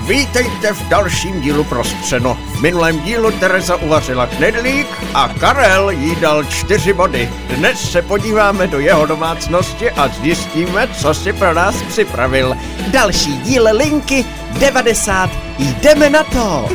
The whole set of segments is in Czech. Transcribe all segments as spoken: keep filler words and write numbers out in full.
Vítejte v dalším dílu Prostřeno. V minulém dílu Tereza uvařila knedlík a Karel jí dal čtyři body. Dnes se podíváme do jeho domácnosti a zjistíme, co si pro nás připravil. Další díl Linky devadesát. Jdeme na to!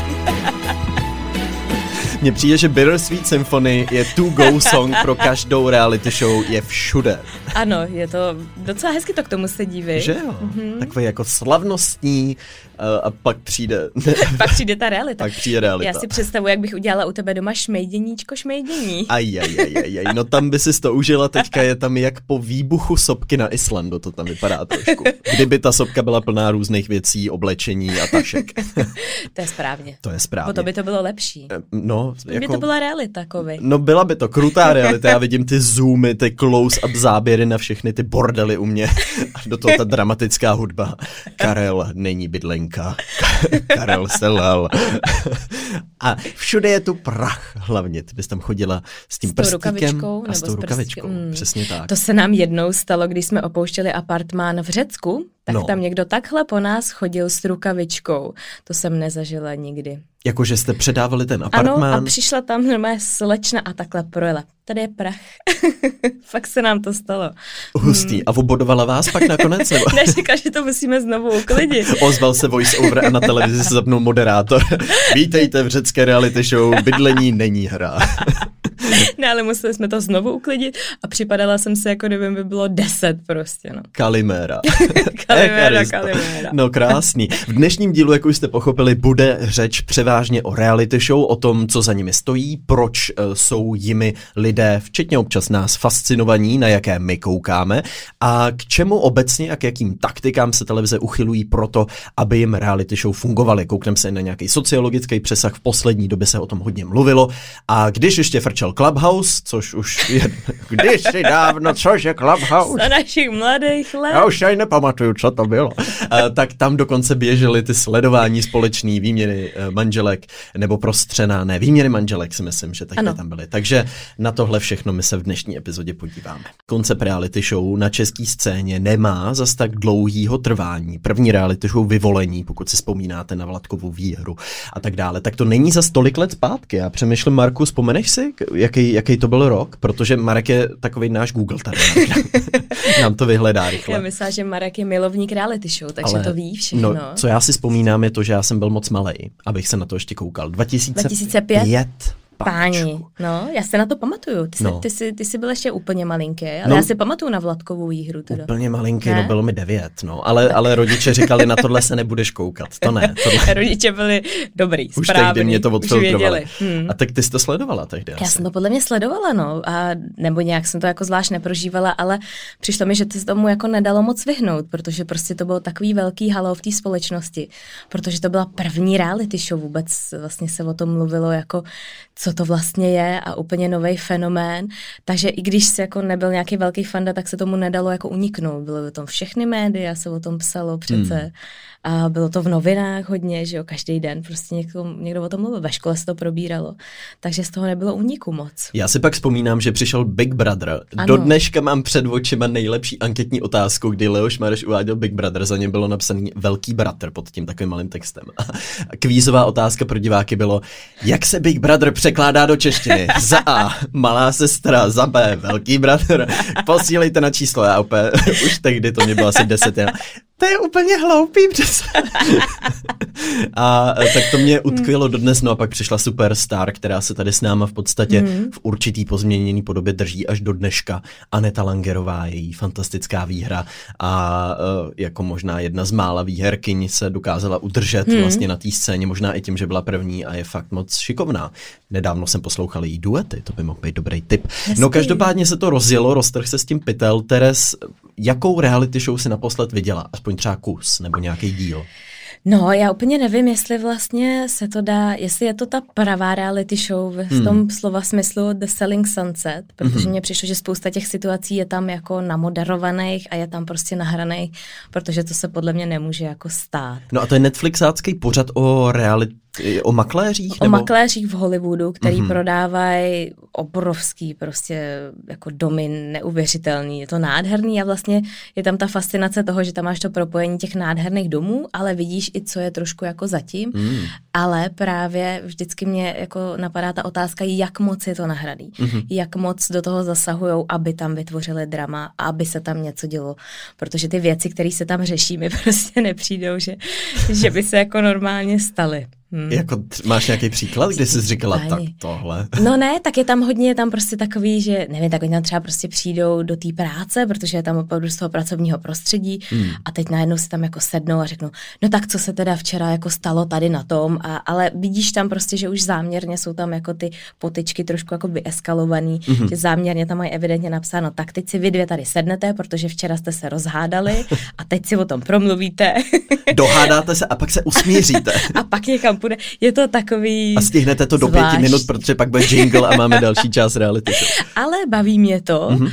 Mně přijde, že Bittersweet Symphony je to-go song pro každou reality show, je všude. Ano, je to docela hezky, to k tomu se díví. Že jo? Mm-hmm. Takový jako slavnostní a pak přijde... pak přijde ta realita. Pak přijde realita. Já si představuji, jak bych udělala u tebe doma šmejděníčko šmejdění. Aj, aj, aj, aj, aj. No tam by si to užila, teďka je tam jak po výbuchu sopky na Islandu, to tam vypadá trošku. Kdyby ta sopka byla plná různých věcí, oblečení a tašek. To je správně. To je správně. Potom by to bylo lepší. No, jako... by to byla realita, kovy. No byla by to krutá realita, já vidím ty zoomy, ty close-up záběry na všechny ty bordely u mě. A do toho ta dramatická hudba. Karel není bydlenka. Karel se lel. A všude je tu prach hlavně. Ty bys tam chodila s tím prstíkem a s tou rukavičkou. Mm. Přesně tak. To se nám jednou stalo, když jsme opouštěli apartmán v Řecku, tak no. Tam někdo takhle po nás chodil s rukavičkou. To jsem nezažila nikdy. Jakože jste předávali ten apartmán? Ano, a přišla tam normálně slečna a takhle projela. Tady je prach. Fakt se nám to stalo. Hustý. Hmm. A obodovala vás pak nakonec? Nebo? Neříká, že to musíme znovu uklidit. Ozval se voice over a na televizi se zapnul moderátor. Vítejte v řecké reality show. Bydlení není hra. Ne, ale museli jsme to znovu uklidit a připadala jsem si, jako kdyby by bylo deset prostě, no. Kalimera. Kalimera, kalimera. No krásný. V dnešním dílu, jak už jste pochopili, bude řeč převážně o reality show, o tom, co za nimi stojí, proč uh, jsou jimi lidé, včetně občas nás, fascinovaní, na jaké my koukáme a k čemu obecně a k jakým taktikám se televize uchylují proto, aby jim reality show fungovaly. Koukneme se na nějaký sociologický přesah, v poslední době se o tom hodně mluvilo a když ještě frčel Clubhouse, což už je kdysi dávno, což je Clubhouse. Za našich mladých let. Já už ani nepamatuju, co to bylo. uh, tak tam dokonce běžely ty sledování společný, výměny uh, manželek, nebo prostřená, ne, výměny manželek si myslím, že taky tam byly. Takže na tohle všechno my se v dnešní epizodě podíváme. Koncept reality show na české scéně nemá zas tak dlouhýho trvání. První reality show Vyvolení, pokud si vzpomínáte na Vladkovu výhru a tak dále, tak to není za tolik let zpátky. Já přemýšlím, Marku, vzpomeneš si, jaký, jaký to byl rok? Protože Marek je takový náš Google tady. Nám to vyhledá rychle. Já myslím, že Marek je milovník reality show, takže ale to ví všechno. No, co já si vzpomínám je to, že já jsem byl moc malej, abych se na to ještě koukal. dva tisíce pět Páni, no, já se na to pamatuju. Ty jsi, no. ty jsi, ty jsi byl ještě úplně malinký, ale no, já si pamatuju na Vladkovou výhru. Teda. Úplně malinký, ne? No bylo mi devět, no, ale, ale rodiče říkali, na tohle se nebudeš koukat, to ne. Tohle. Rodiče byli dobrý, už správný. Už tehdy mě to odfiltrovali. Hmm. A tak ty jsi to sledovala tehdy Já asi. jsem to podle mě sledovala, no, a nebo nějak jsem to jako zvlášť neprožívala, ale přišlo mi, že to se tomu jako nedalo moc vyhnout, protože prostě to bylo takový velký halo v té společnosti, protože to byla první reality show, vůbec vlastně se o tom mluvilo jako, co to vlastně je, a úplně nový fenomén, takže i když se jako nebyl nějaký velký fanda, tak se tomu nedalo jako uniknout. Bylo to všechny média, se o tom psalo přece hmm. a bylo to v novinách hodně, že jo, každý den prostě někdo, někdo o tom mluvil, ve škole se to probíralo, takže z toho nebylo úniku moc. Já si pak vzpomínám, že přišel Big Brother. Ano. Do dneška mám před očima nejlepší anketní otázku, kdy Leoš Mareš uváděl Big Brother, za něm bylo napsaný Velký bratr pod tím takovým malým textem. A kvízová otázka pro diváky bylo, jak se Big Brother překládá do češtiny? Za A, malá sestra, za B, velký bratr. Posílejte na číslo, já úplně, už tehdy to mě bylo asi deset. Já, to je úplně hloupý přece. A tak to mě utkvělo dodnes, no a pak přišla Superstar, která se tady s náma v podstatě mm. v určitý pozměněný podobě drží až do dneška. Aneta Langerová, její fantastická výhra a uh, jako možná jedna z mála výherkyň se dokázala udržet mm. vlastně na té scéně, možná i tím, že byla první a je fakt moc šikovná. Nedávno jsem poslouchal její duety, to by mohl být dobrý tip. Hezký. No každopádně se to rozjelo, roztrh se s tím pytel. Teres, jakou reality show si naposled viděla? Aspoň třeba kus nebo nějaký díl? No, já úplně nevím, jestli vlastně se to dá, jestli je to ta pravá reality show v hmm. tom slova smyslu The Selling Sunset, protože hmm. mně přišlo, že spousta těch situací je tam jako namoderovaných a je tam prostě nahraných, protože to se podle mě nemůže jako stát. No a to je Netflixácký pořad o reality O makléřích? O nebo? makléřích v Hollywoodu, který Mhm. prodávají obrovský prostě jako domy neuvěřitelný. Je to nádherný a vlastně je tam ta fascinace toho, že tam máš to propojení těch nádherných domů, ale vidíš i, co je trošku jako zatím. Mm. Ale právě vždycky mě jako napadá ta otázka, jak moc je to nahradí. Mhm. Jak moc do toho zasahujou, aby tam vytvořili drama, aby se tam něco dělo. Protože ty věci, které se tam řeší, mi prostě nepřijdou, že, že by se jako normálně staly. Hmm. Jako t- máš nějaký příklad, kdy jsi říkala, tak tohle? No ne, tak je tam hodně, je tam prostě takový, že nevím, tak oni tam třeba prostě přijdou do té práce, protože je tam opravdu z toho pracovního prostředí hmm. a teď najednou si tam jako sednou a řeknou, no tak co se teda včera jako stalo tady na tom, a, ale vidíš tam prostě, že už záměrně jsou tam jako ty potyčky trošku jako vyeskalovaný, hmm. že záměrně tam mají evidentně napsáno, tak teď si vy dvě tady sednete, protože včera jste se rozhádali a teď si o tom promluvíte. Dohádáte se a pak se usmíříte. A pak někam půjde. Je to takový A stihnete to do zvláštní. pěti minut, protože pak bude jingle a máme další část reality show. Ale baví mě to mm-hmm.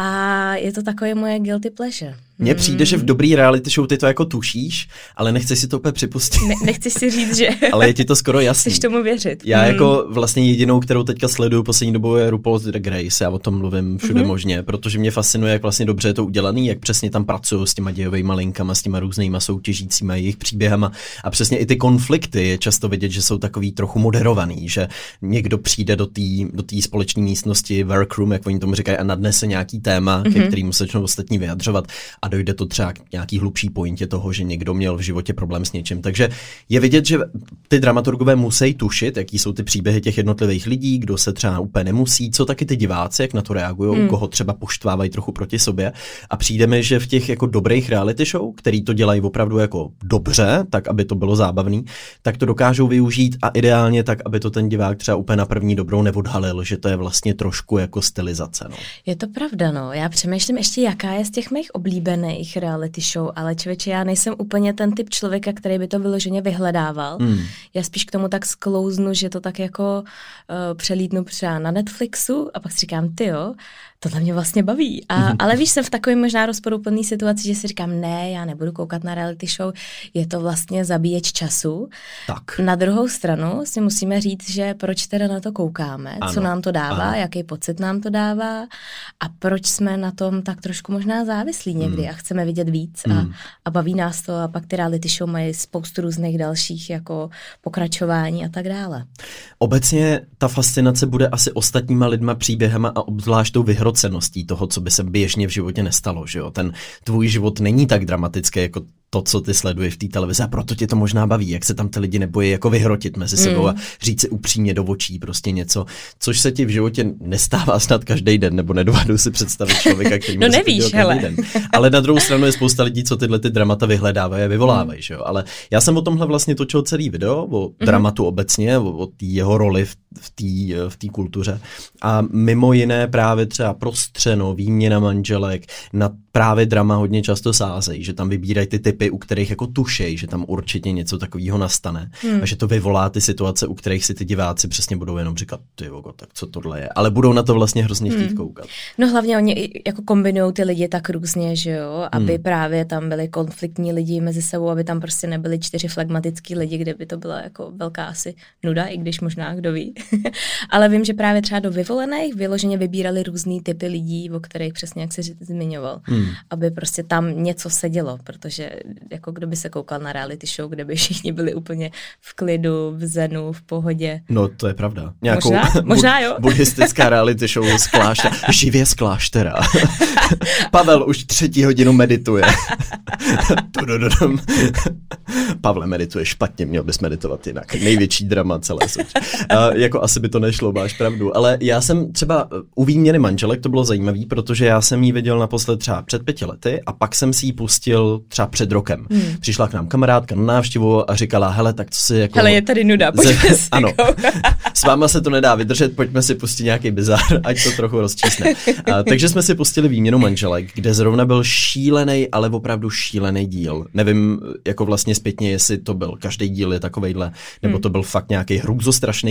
a je to takové moje guilty pleasure. Mně přijde, že v dobrý reality show ty to jako tušíš, ale nechci si to úplně připustit. Ne, nechci si říct, že... Ale je ti to skoro jasný. Chceš tomu věřit. Já hmm. jako vlastně jedinou, kterou teďka sleduju poslední dobou, je RuPaul's Drag Race. Já o tom mluvím všude mm-hmm. možně, protože mě fascinuje, jak vlastně dobře je to udělaný, jak přesně tam pracují s těma dějovejma linkama, s těma různýma soutěžícíma jejich příběhama. A přesně i ty konflikty je často vidět, že jsou takový trochu moderovaný, že někdo přijde do té do té společné místnosti, workroom, jak oni tomu říkají, a nadnese nějaký téma, mm-hmm. ke kterému se začnou ostatní vyjadřovat a dojde to třeba k nějaký hlubší pointě toho, že někdo měl v životě problém s něčím. Takže je vidět, že ty dramaturgové musí tušit, jaký jsou ty příběhy těch jednotlivých lidí, kdo se třeba úplně nemusí, co taky ty diváci, jak na to reagují, mm. koho třeba poštvávají trochu proti sobě. A přijde mi, že v těch jako dobrých reality show, který to dělají opravdu jako dobře, tak aby to bylo zábavný, tak to dokážou využít a ideálně tak, aby to ten divák třeba úplně na první dobrou neodhalil, že to je vlastně trošku jako stylizace. No. Je to pravda, no. Já přemýšlím ještě, jaká je z těch mých oblíbených reality show, ale člověče, já nejsem úplně ten typ člověka, který by to vyloženě vyhledával. Mm. Já spíš k tomu tak sklouznu, že to tak jako uh, přelítnu třeba na Netflixu a pak si říkám, ty jo, tohle mě vlastně baví. A, mm. Ale víš, jsem v takové možná rozporuplné situaci, že si říkám, ne, já nebudu koukat na reality show, je to vlastně zabíječ času. Tak. Na druhou stranu si musíme říct, že proč teda na to koukáme, ano, co nám to dává, ano. jaký pocit nám to dává a proč jsme na tom tak trošku možná závislí někdy mm. a chceme vidět víc mm. a, a baví nás to a pak ty reality show mají spoustu různých dalších jako pokračování a tak dále. Obecně ta fascinace bude asi ostatníma lidma, příběhama a obzvlášť tou vyhroceností toho, co by se běžně v životě nestalo, že jo? Ten tvůj život není tak dramatický jako to, co ty sleduješ v té televizi a proto tě to možná baví, jak se tam ty lidi nebojí jako vyhrotit mezi sebou mm. a říct si upřímně do očí prostě něco, což se ti v životě nestává snad každý den, nebo nedovedu si představit člověka, který no nevíš, hele. Den. Ale na druhou stranu je spousta lidí, co tyhle ty dramata vyhledávají a vyvolávají, mm. že jo? Ale já jsem o tomhle vlastně točil celý video, o mm. dramatu obecně, o, o té jeho roli v, v té v té kultuře a mimo jiné právě třeba prostřeno, výměna manželek, na právě drama hodně často sázejí, že tam vybírají ty typy, u kterých jako tušej, že tam určitě něco takového nastane hmm. a že to vyvolá ty situace, u kterých si ty diváci přesně budou jenom říkat, ty vogo, tak co tohle je, ale budou na to vlastně hrozně chtít hmm. koukat. No hlavně oni jako kombinují ty lidi tak různě, že jo, aby hmm. právě tam byli konfliktní lidi mezi sebou, aby tam prostě nebyli čtyři flegmatický lidi, kde by to byla jako velká asi nuda, i když možná kdo ví. Ale vím, že právě třeba do vyvolených vyloženě vybírali různý typy lidí, o kterých přesně jak jsi zmiňoval, hmm. aby prostě tam něco se dělo, protože jako kdo by se koukal na reality show, kde by všichni byli úplně v klidu, v zenu, v pohodě. No to je pravda. Nějakou možná? Možná jo. Buddhistická reality show z kláštera. Živě z kláštera. Pavel už třetí hodinu medituje. Pavle, medituje špatně, měl bys meditovat jinak. Největší drama celé soutěže. Uh, jako asi by to nešlo, máš pravdu. Ale já jsem třeba u výměny manželek, to bylo zajímavý, protože já jsem ji viděl naposled třeba před pěti lety a pak jsem si ji pustil třeba před rokem. Hmm. Přišla k nám kamarádka na návštěvu a říkala, hele, tak co si jako... Hele, je tady nuda, pojďme si ano, s váma se to nedá vydržet, pojďme si pustit nějaký bizár, ať to trochu rozčísne. A, takže jsme si pustili výměnu manželek, kde zrovna byl šílený, ale opravdu šílený díl. Nevím, jako vlastně zpětně, jestli to byl každý díl je takovejhle, nebo to byl fakt nějaký hrůzostrašný díl,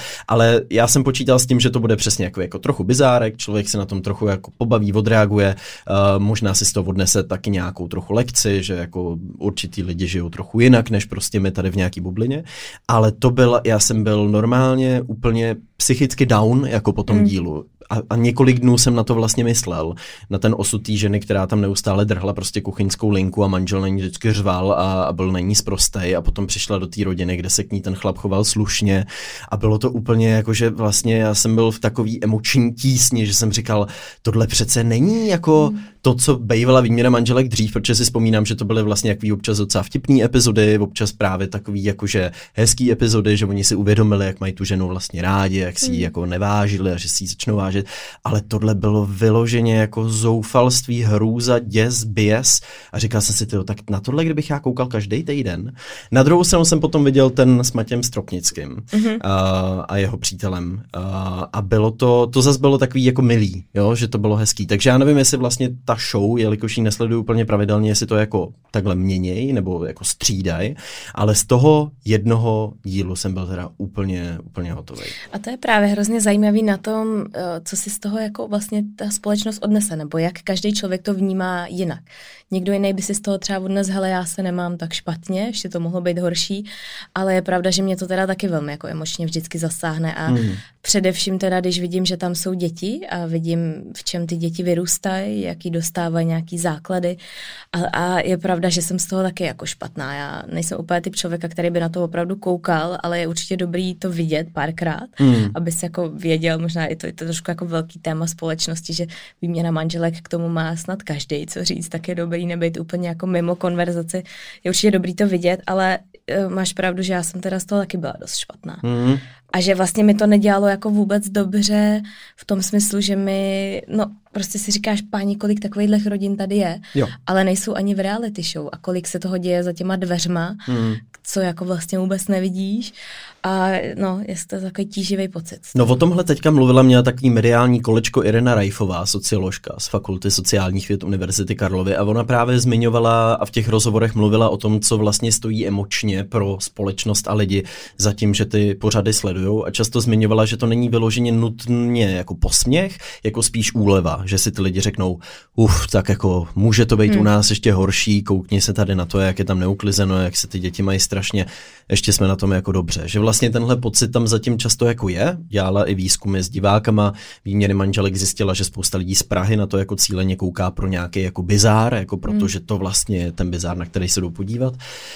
ale já jsem počítal s tím, že to bude přesně jako, jako trochu bizárek, člověk se na tom trochu jako pobaví, odreaguje, uh, možná si z toho odnese taky nějakou trochu lekci, že jako určitý lidi žijou trochu jinak, než prostě my tady v nějaký bublině, ale to byl, já jsem byl normálně úplně psychicky down jako po tom mm. dílu. A, a několik dnů jsem na to vlastně myslel, na ten osud té ženy, která tam neustále drhla prostě kuchyňskou linku a manžel na ní vždycky řval a, a byl na ní sprostej a potom přišla do té rodiny, kde se k ní ten chlap choval slušně a bylo to úplně jako, že vlastně já jsem byl v takový emoční tísni, že jsem říkal, tohle přece není jako mm. to, co bývala výměna manželek dřív, protože si vzpomínám, že to byly vlastně jaký občas docela vtipný epizody, občas právě takový jakože hezký epizody, že oni si uvědomili, jak mají tu ženu vlastně rádi, jak si ji jako nevážili a že si ji začnou vážit, ale tohle bylo vyloženě jako zoufalství, hrůza, děs, běs a říkal jsem si, tyjo, tak na tohle, kdybych já koukal každý týden. Na druhou stranu jsem potom viděl ten s Matějem Stropnickým mm-hmm. a, a jeho přítelem a, a bylo to, to zase bylo takový jako milý, jo, že to bylo hezký, takže já nevím, jestli vlastně ta show, jelikož ji nesleduju úplně pravidelně, jestli to jako takhle měněj nebo jako střídaj, ale z toho jednoho dílu jsem byl teda úplně, úplně hotový. A to je právě hrozně zajímavý na tom, co si z toho jako vlastně ta společnost odnese, nebo jak každý člověk to vnímá jinak. Někdo jiný by si z toho třeba odnes, hele, já se nemám tak špatně, ještě to mohlo být horší, ale je pravda, že mě to teda taky velmi jako emočně vždycky zasáhne a mm. především teda, když vidím, že tam jsou děti a vidím, v čem ty děti vyrůstají, jaký dostávají nějaký základy a, a je pravda, že jsem z toho taky jako špatná. Já nejsem úplně typ člověka, který by na to opravdu koukal, ale je určitě dobrý to vidět párkrát, mm. aby si jako věděl, možná i to je to trošku jako velký téma společnosti, že výměna manželek k tomu má snad každý, co říct, tak je dobrý nebejt úplně jako mimo konverzaci. Je určitě dobrý to vidět, ale uh, máš pravdu, že já jsem teda z toho taky byla dost špatná. Mm. A že vlastně mi to nedělalo jako vůbec dobře v tom smyslu, že mi, no prostě si říkáš, páni, kolik takových rodin tady je, jo. ale nejsou ani v reality show a kolik se toho děje za těma dveřma, mm. co jako vlastně vůbec nevidíš a no, je to takový tíživý pocit. No o tomhle teďka mluvila, měla takový mediální kolečko Irena Rajfová, socioložka z Fakulty sociálních věd Univerzity Karlovy a ona právě zmiňovala a v těch rozhovorech mluvila o tom, co vlastně stojí emočně pro společnost a lidi za tím, že ty pořady sledujou a často zmiňovala, že to není vyloženě nutně jako posměch, jako spíš úleva, že si ty lidi řeknou, uf, tak jako může to být hmm. u nás ještě horší, koukni se tady na to, jak je tam neuklizeno, jak se ty děti mají strašně, ještě jsme na tom jako dobře. Že vlastně tenhle pocit tam zatím často jako je, dělala i výzkumy s divákama, výměny manželek zjistila, že spousta lidí z Prahy na to jako cíleně kouká pro nějaký jako bizár, jako protože to vlastně je ten bizár, na který se jdou podívat.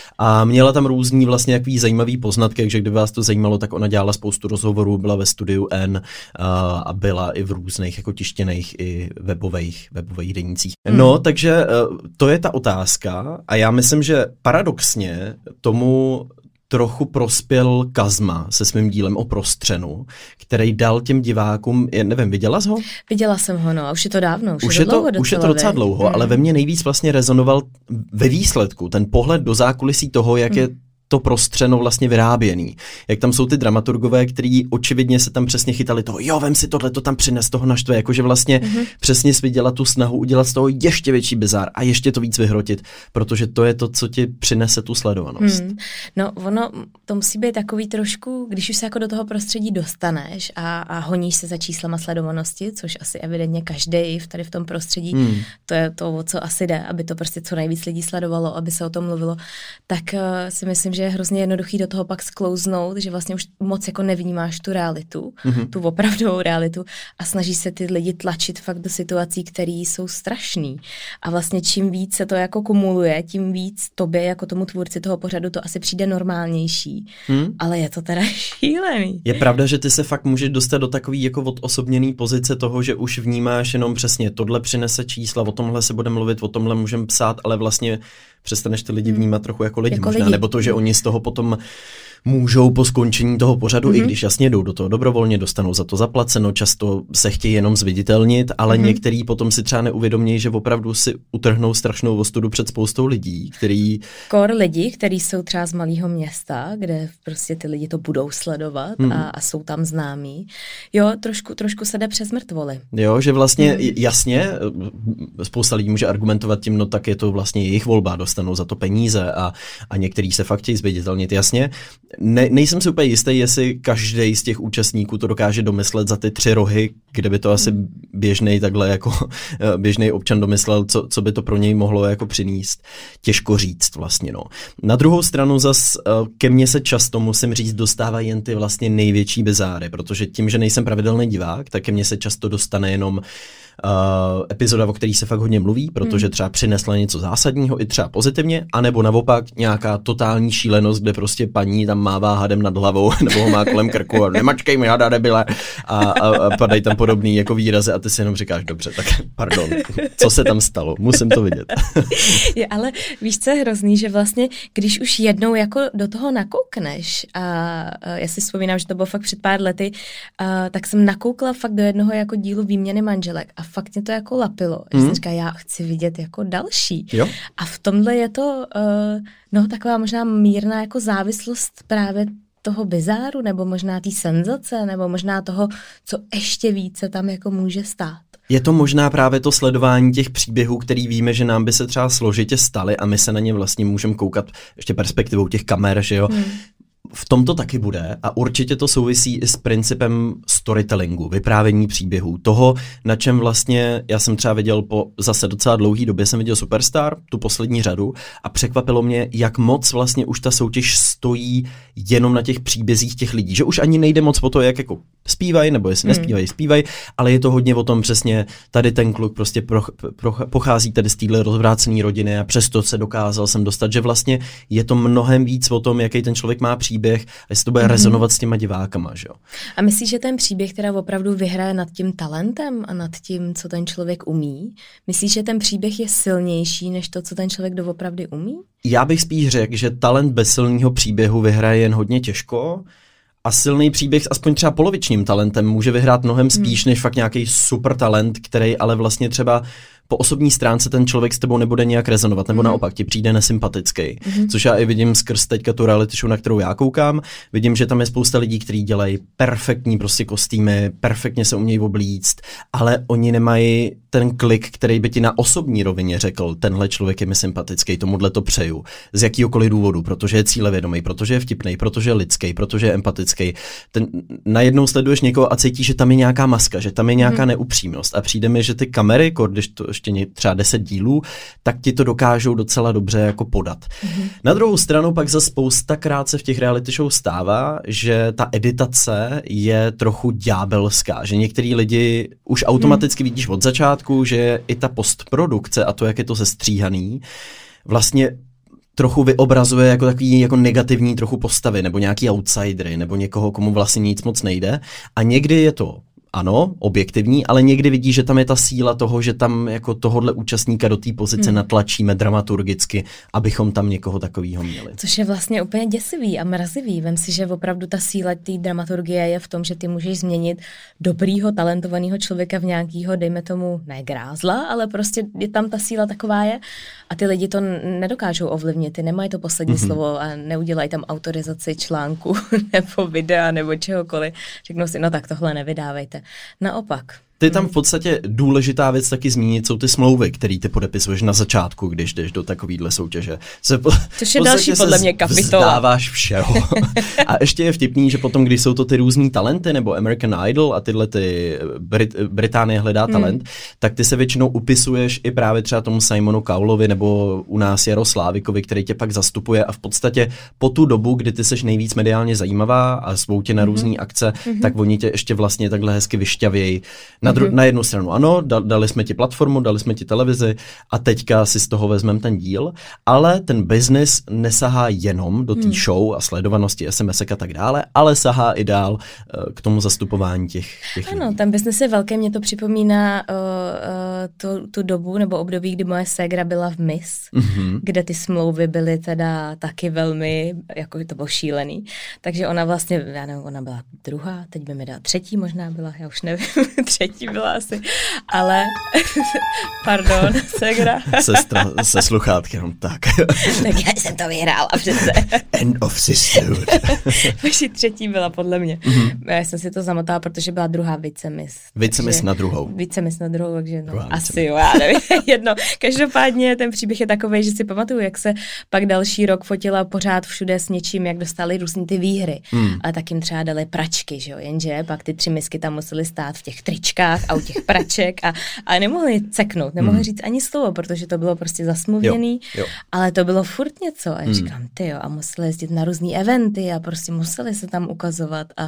A měla tam různý vlastně jaký zajímavý poznatky, takže kdyby vás to zajímalo, tak ona dělala spoustu rozhovorů, byla ve studiu N a, a byla i v různých jako tištěných i webových, webových denících. Hmm. No, takže to je ta otázka a já myslím, že paradoxně tomu trochu prospěl Kazma se svým dílem o prostřenu, který dal těm divákům, je, nevím, viděla jsi ho? Viděla jsem ho, no, a už je to dávno, už, už je to dlouho to, docela. Už je to docela dlouho, hmm. ale ve mně nejvíc vlastně rezonoval ve výsledku ten pohled do zákulisí toho, jak hmm. je to prostřeno vlastně vyráběný. Jak tam jsou ty dramaturgové, kteří očividně se tam přesně chytali toho, jo, vem si tohle, to tam přines, toho naštve, jakože vlastně mm-hmm. přesně jsi viděla tu snahu udělat z toho ještě větší bizár a ještě to víc vyhrotit, protože to je to, co ti přinese tu sledovanost. Hmm. No, ono, to musí být takový trošku, když už se jako do toho prostředí dostaneš a, a honíš se za číslama sledovanosti, což asi evidentně každý v tady v tom prostředí, hmm. to je to, o co asi jde, aby to prostě co nejvíc lidí sledovalo, aby se o tom mluvilo, tak uh, si myslím, že je hrozně jednoduchý do toho pak sklouznout, že vlastně už moc jako nevnímáš tu realitu, mm-hmm. tu opravdovou realitu a snaží se ty lidi tlačit fakt do situací, které jsou strašný. A vlastně čím víc se to jako kumuluje, tím víc tobě jako tomu tvůrci toho pořadu to asi přijde normálnější. Mm. Ale je to teda šílený. Je pravda, že ty se fakt můžeš dostat do takový jako odosobněný pozice toho, že už vnímáš jenom přesně tohle přinese čísla, o tomhle se bude mluvit, o tomhle můžeme psát, ale vlastně přestaneš ty lidi vnímat trochu jako lidi, jako možná, lidi. Nebo to, že oni z toho potom můžou po skončení toho pořadu, mm-hmm. i když jasně jdou do toho dobrovolně, dostanou za to zaplaceno, často se chtějí jenom zviditelnit, ale mm-hmm. některý potom si třeba neuvědomějí, že opravdu si utrhnou strašnou ostudu před spoustou lidí, který... Kor lidi, kteří jsou třeba z malého města, kde prostě ty lidi to budou sledovat mm-hmm. a, a jsou tam známí. Jo, trošku, trošku se jde přes mrtvoly. Jo, že vlastně mm-hmm. jasně, spousta lidí může argumentovat tím, no tak je to vlastně jejich volba, dostanou za to peníze a, a některý se fakt chtějí zviditelnit, jasně, ne, nejsem si úplně jistý, jestli každý z těch účastníků to dokáže domyslet za ty tři rohy, kde by to asi běžnej takhle jako běžnej občan domyslel, co, co by to pro něj mohlo jako přinést. Těžko říct vlastně, no. Na druhou stranu zas ke mně se často, musím říct, dostávají jen ty vlastně největší bizáry, protože tím, že nejsem pravidelný divák, tak ke mně se často dostane jenom Uh, epizoda, o který se fakt hodně mluví, protože třeba přinesla něco zásadního i třeba pozitivně, anebo naopak nějaká totální šílenost, kde prostě paní tam mává hadem nad hlavou nebo ho má kolem krku a nemačkej mi hada, debile a, a, a padají tam podobný jako výrazy a ty si jenom říkáš, dobře, tak pardon, co se tam stalo, musím to vidět. Je, ale víš, co je hrozný, že vlastně, když už jednou jako do toho nakoukneš a, a já si vzpomínám, že to bylo fakt před pár lety, a, tak jsem nakoukla fakt do jednoho jako dílu Výměny manželek a fakt mě to jako lapilo. Mm. Že jsem říkala, já chci vidět jako další. Jo? A v tomhle je to uh, no taková možná mírná jako závislost právě toho bizáru, nebo možná té senzace, nebo možná toho, co ještě více tam jako může stát. Je to možná právě to sledování těch příběhů, který víme, že nám by se třeba složitě staly a my se na ně vlastně můžeme koukat ještě perspektivou těch kamer, že jo. Hmm. V tom to taky bude a určitě to souvisí i s principem storytellingu, vyprávění příběhů. Toho, na čem vlastně, já jsem třeba viděl po zase docela dlouhý době, jsem viděl Superstar, tu poslední řadu a překvapilo mě, jak moc vlastně už ta soutěž stojí jenom na těch příbězích těch lidí. Že už ani nejde moc po to, jak jako zpívají, nebo jestli nespívají, zpívají, ale je to hodně o tom přesně, tady ten kluk prostě pro, pro, pochází tady z téhle rozvrácené rodiny a přesto se dokázal jsem dostat, že vlastně je to mnohem víc o tom, jaký ten člověk má příběh a jestli to bude mm-hmm. rezonovat s těma divákama, že jo. A myslíš, že ten příběh teda opravdu vyhraje nad tím talentem a nad tím, co ten člověk umí? Myslíš, že ten příběh je silnější než to, co ten člověk doopravdy umí? Já bych spíš řekl, že talent bez silného příběhu vyhraje jen hodně těžko a silný příběh s aspoň třeba polovičním talentem může vyhrát mnohem spíš hmm. než fakt nějaký super talent, který ale vlastně třeba po osobní stránce ten člověk s tebou nebude nějak rezonovat, nebo mm. naopak ti přijde nesympatický. Mm. Což já i vidím skrz teďka tu reality show, na kterou já koukám. Vidím, že tam je spousta lidí, kteří dělají perfektní prostě kostýmy, perfektně se umějí oblíct, ale oni nemají ten klik, který by ti na osobní rovině řekl, tenhle člověk je mi sympatický, tomuhle to přeju. Z jakýhokoliv důvodu, protože je cílevědomý, protože je vtipný, protože je lidský, protože je empatický. Ten, najednou sleduješ někoho a cítíš, že tam je nějaká maska, že tam je nějaká mm. neupřímnost. A přijde mi, že ty kamery, když to ještě třeba deset dílů, tak ti to dokážou docela dobře jako podat. Mm-hmm. Na druhou stranu pak za spoustakrát se v těch reality show stává, že ta editace je trochu ďábelská, že některý lidi už automaticky mm. vidíš od začátku, že i ta postprodukce a to, jak je to sestříhaný, vlastně trochu vyobrazuje jako takový jako negativní trochu postavy, nebo nějaký outsidery, nebo někoho, komu vlastně nic moc nejde. A někdy je to ano, objektivní, ale někdy vidí, že tam je ta síla toho, že tam jako tohodle účastníka do té pozice hmm. natlačíme dramaturgicky, abychom tam někoho takového měli. Což je vlastně úplně děsivý a mrazivý. Vem si, že opravdu ta síla té dramaturgie je v tom, že ty můžeš změnit dobrýho, talentovaného člověka v nějakýho, dejme tomu, ne grázla, ale prostě je tam ta síla taková je a ty lidi to nedokážou ovlivnit, ty nemají to poslední mm-hmm. slovo a neudělají tam autorizaci článku nebo videa nebo čehokoliv. Řeknou si, no tak tohle nevydávejte. Naopak. Ty tam v podstatě důležitá věc taky zmínit jsou ty smlouvy, které ty podepisuješ na začátku, když jdeš do takovýhle soutěže. Se po, Což je další podle mě kapitola. Vzdáváš všeho. A ještě je vtipný, že potom, když jsou to ty různý talenty, nebo American Idol a tyhle ty Brit- Británie hledá hmm. talent, tak ty se většinou upisuješ i právě třeba tomu Simonu Cowellovi nebo u nás Jaroslávikovi, který tě pak zastupuje a v podstatě po tu dobu, kdy ty seš nejvíc mediálně zajímavá a svou tě na různý hmm. akce, hmm. tak oni tě ještě vlastně takhle hezky vyšťavějí. Na, dru- mm-hmm. na jednu stranu ano, da- dali jsme ti platformu, dali jsme ti televizi a teďka si z toho vezmeme ten díl, ale ten business nesahá jenom do té mm. show a sledovanosti es em esek a tak dále, ale sahá i dál uh, k tomu zastupování těch, těch Ano, lidí. ten business je velký, mě to připomíná uh, uh, tu, tu dobu nebo období, kdy moje ségra byla v Miss, mm-hmm. kde ty smlouvy byly teda taky velmi, jako to bylo šílený, takže ona vlastně, já nevím, ona byla druhá, teď by mi dala třetí, možná byla, já už nevím, třetí. třetí byla asi. Ale, pardon, segra. Sestra se sluchátky, jenom tak. Tak já jsem to vyhrála přece. End of sisterhood. Vaši třetí byla podle mě. Mm-hmm. Já jsem si to zamotala, protože byla druhá vicemis. Vicemis na druhou. Vicemis na druhou, takže no, Druhá asi vicemis. jo, já nevím, jedno. Každopádně ten příběh je takovej, že si pamatuju, jak se pak další rok fotila pořád všude s něčím, jak dostali různý ty výhry. Mm. Ale tak jim třeba dali pračky, že jo, jenže pak ty tři misky tam museli stát v těch tričkách a u těch praček a, a nemohli ceknout, nemohli mm. říct ani slovo, protože to bylo prostě zasmluvněný, jo, jo. Ale to bylo furt něco a já mm. říkám, ty jo, a museli jezdit na různý eventy a prostě museli se tam ukazovat a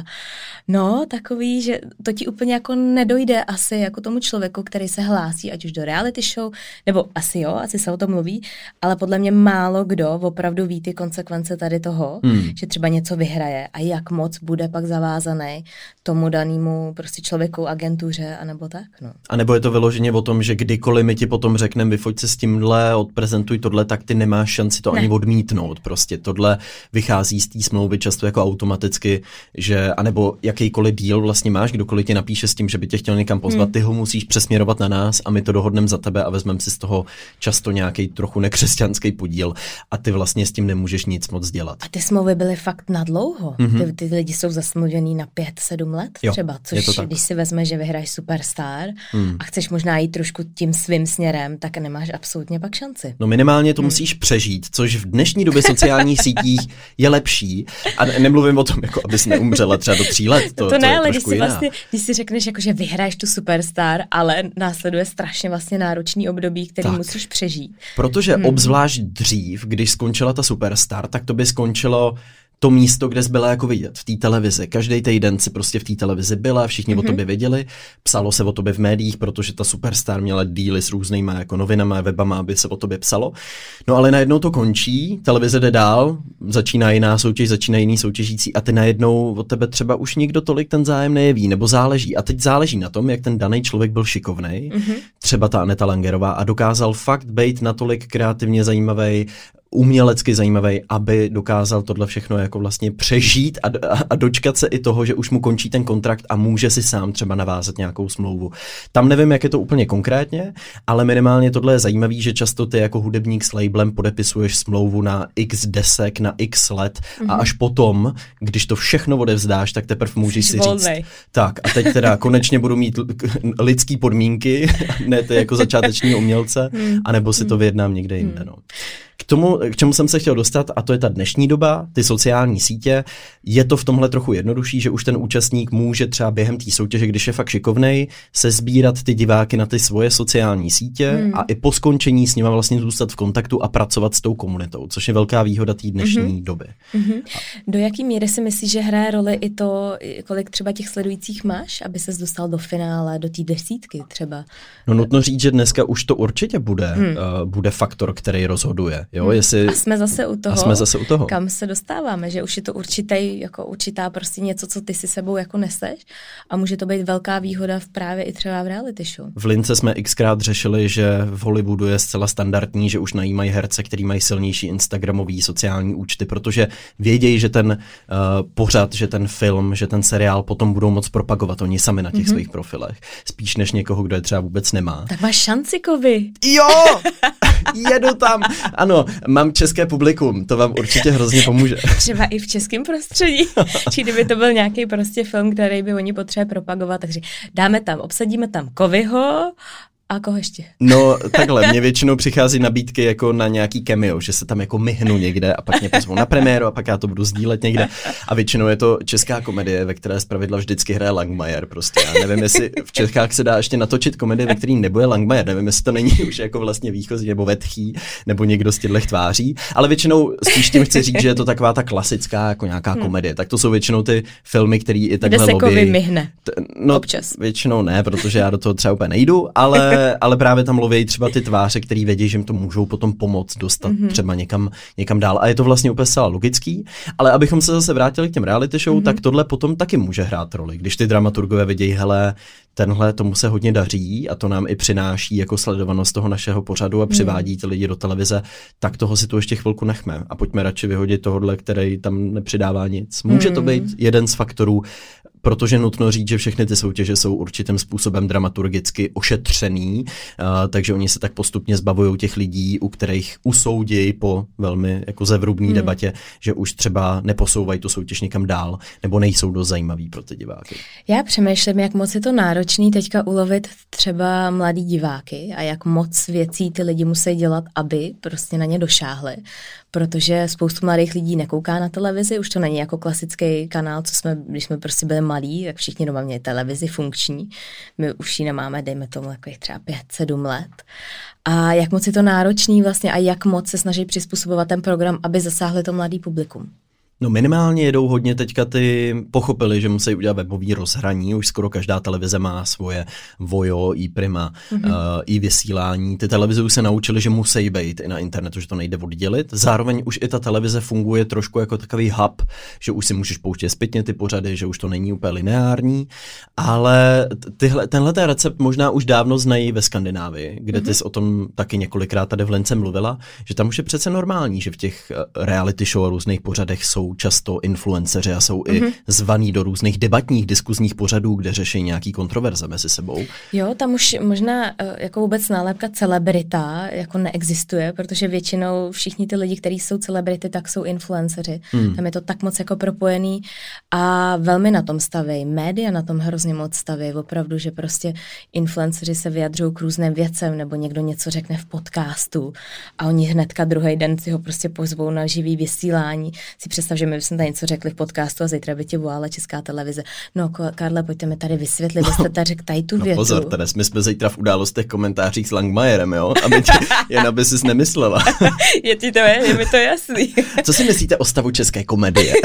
no, takový, že to ti úplně jako nedojde asi jako tomu člověku, který se hlásí, ať už do reality show, nebo asi jo, asi se o tom mluví, ale podle mě málo kdo opravdu ví ty konsekvence tady toho, mm. že třeba něco vyhraje a jak moc bude pak zavázaný tomu danému prostě člověku, agentuře, anebo tak, no. A nebo je to vyloženě o tom, že kdykoliv my ti potom řekneme, vyfoť se s tímhle, odprezentuj tohle, tak ty nemáš šanci to ne. ani odmítnout. Prostě tohle vychází z té smlouvy často jako automaticky, že, anebo jakýkoliv díl vlastně máš, kdokoliv ti napíše s tím, že by tě chtěl někam pozvat, hmm. ty ho musíš přesměrovat na nás a my to dohodneme za tebe a vezmeme si z toho často nějaký trochu nekřesťanský podíl a ty vlastně s tím nemůžeš nic moc dělat. A ty smlouvy byly fakt na dlouho. Mm-hmm. Ty, ty lidi jsou zasmluvěný na pět, sedm let jo, třeba, což když si vezme, že vyhraješ Superstar mm. a chceš možná jít trošku tím svým směrem, tak nemáš absolutně pak šanci. No minimálně to mm. musíš přežít, což v dnešní době sociálních sítích je lepší. A nemluvím o tom, jako abys neumřela třeba do tří let. To, to, to ne, je ale když si, jiná. vlastně, když si řekneš, jako, že vyhraješ tu Superstar, ale následuje strašně vlastně náročný období, který tak. musíš přežít. Protože mm. obzvlášť dřív, když skončila ta Superstar, tak to by skončilo to místo, kde jsi byla jako vidět, v té televizi. Každý týden si prostě v té televizi byla, všichni mm-hmm. o tobě věděli, psalo se o tobě v médiích, protože ta Superstar měla díly s různýma jako novinama, webama, aby se o tobě psalo. No ale najednou to končí, televize jde dál, začíná jiná soutěž, začíná jiný soutěžící a ty najednou od tebe třeba už nikdo tolik ten zájem nejeví, nebo záleží. A teď záleží na tom, jak ten daný člověk byl šikovnej, mm-hmm. třeba ta Aneta Langerová a dokázal fakt být natolik kreativně zajímavý, umělecky zajímavý, aby dokázal tohle všechno jako vlastně přežít a, a, a dočkat se i toho, že už mu končí ten kontrakt a může si sám třeba navázat nějakou smlouvu. Tam nevím, jak je to úplně konkrétně, ale minimálně tohle je zajímavý, že často ty jako hudebník s labelem podepisuješ smlouvu na x desek, na x let mm-hmm. a až potom, když to všechno odevzdáš, tak teprve můžeš si říct, tak a teď teda konečně budu mít lidský podmínky, ne ty jako začáteční umělce, mm. anebo si to vyjednám někde jinde. Mm. No. K tomu, k čemu jsem se chtěl dostat, a to je ta dnešní doba, ty sociální sítě, je to v tomhle trochu jednodušší, že už ten účastník může třeba během té soutěže, když je fakt šikovnej, se sbírat ty diváky na ty svoje sociální sítě hmm. a i po skončení s nima vlastně zůstat v kontaktu a pracovat s tou komunitou, což je velká výhoda té dnešní hmm. doby. Hmm. Do jaký míry si myslíš, že hraje roli i to, kolik třeba těch sledujících máš, aby ses dostal do finále, do té desítky třeba? No nutno říct, že dneska už to určitě bude, hmm. uh, bude faktor, který rozhoduje. Jo, jestli... A jsme zase u toho, a jsme zase u toho, kam se dostáváme, že už je to určitý, jako určitá prostě něco, co ty si sebou jako neseš a může to být velká výhoda v právě i třeba v reality show. V Lince jsme xkrát řešili, že v Hollywoodu je zcela standardní, že už najímají herce, který mají silnější instagramový sociální účty, protože vědějí, že ten uh, pořad, že ten film, že ten seriál potom budou moc propagovat oni sami na těch mm-hmm. svých profilech. Spíš než někoho, kdo je třeba vůbec nemá. Tak máš šanci, Kovy. Jo! Jedu tam. Ano, mám české publikum, to vám určitě hrozně pomůže. Třeba i v českém prostředí. Či kdyby to byl nějaký prostě film, který by oni potřebovali propagovat, takže dáme tam, obsadíme tam Kovyho a koho ještě? No takhle, mně většinou přichází nabídky jako na nějaký cameo, že se tam jako myhnu někde a pak mě pozvou na premiéru a pak já to budu sdílet někde a většinou je to česká komedie, ve které zpravidla vždycky hraje Langmajer prostě. Já nevím, jestli v Čechách se dá ještě natočit komedie, ve který nebude Langmajer, nevím, jestli to není už jako vlastně výchozí nebo vetchý, nebo někdo z těchto tváří, ale většinou spíš tím chci říct, že je to taková ta klasická jako nějaká hmm. komedie. Tak to jsou většinou ty filmy, které i takhle loví. Myhne. No občas. Většinou ne, protože já do toho třeba úplně nejdu, ale ale právě tam lovějí třeba ty tváře, který vědí, že jim to můžou potom pomoct dostat mm-hmm. třeba někam, někam dál. A je to vlastně úplně zcela logický. Ale abychom se zase vrátili k těm reality show, mm-hmm. tak tohle potom taky může hrát roli. Když ty dramaturgové vidějí, hele, tenhle tomu se hodně daří a to nám i přináší jako sledovanost toho našeho pořadu a přivádí ty lidi do televize, tak toho si tu ještě chvilku nechme a pojďme radši vyhodit tohodle, který tam nepřidává nic. Může to být jeden z faktorů. protože nutno říct, že všechny ty soutěže jsou určitým způsobem dramaturgicky ošetřený, uh, takže oni se tak postupně zbavují těch lidí, u kterých usoudí po velmi jako zevrubní hmm. debatě, že už třeba neposouvají tu soutěž někam dál, nebo nejsou dost zajímaví pro ty diváky. Já přemýšlím, jak moc je to náročný teďka ulovit třeba mladý diváky a jak moc věcí ty lidi musí dělat, aby prostě na ně došáhli. Protože spoustu mladých lidí nekouká na televizi, už to není jako klasický kanál, co jsme, když jsme prostě byli malí, tak všichni doma měli televizi funkční. My už ji nemáme, dejme tomu, takových třeba pět, sedm let. A jak moc je to náročný vlastně a jak moc se snaží přizpůsobovat ten program, aby zasáhli to mladý publikum. No minimálně jedou hodně teďka ty, pochopili, že musí udělat webový rozhraní, už skoro každá televize má svoje Vojo, iPrima, mm-hmm. uh, i vysílání. Ty televize už se naučily, že musí být i na internetu, že to nejde oddělit. Zároveň už i ta televize funguje trošku jako takový hub, že už si můžeš pouštět zpětně ty pořady, že už to není úplně lineární, ale tyhle, tenhle ten recept možná už dávno znají ve Skandinávii, kde ty mm-hmm. jsi o tom taky několikrát tady v Lence mluvila, že tam už je přece normální, že v těch reality show a různých pořadech jsou často influenceři a jsou mm-hmm. i zvaní do různých debatních, diskuzních pořadů, kde řeší nějaký kontroverze mezi sebou. Jo, tam už možná jako vůbec nálepka celebrita jako neexistuje, protože většinou všichni ty lidi, kteří jsou celebrity, tak jsou influenceři. Hmm. Tam je to tak moc jako propojený a velmi na tom staví. Média na tom hrozně moc staví. Opravdu, že prostě influenceři se vyjadřují k různým věcem nebo někdo něco řekne v podcastu a oni hnedka druhý den si ho prostě pozvou na živý vysílání. Si představ, že my jsme tady něco řekli v podcastu a zítra by tě volala Česká televize. No, Karle, pojďte mi tady vysvětlit, vy jste tady řekl tady tu no, větu. Pozor, tady jsme, jsme zítra v událostech komentářích s Langmajerem, jo? Aby tě, jen aby jsi nemyslela. je ti to, je, je mi to jasný. Co si myslíte o stavu české komedie?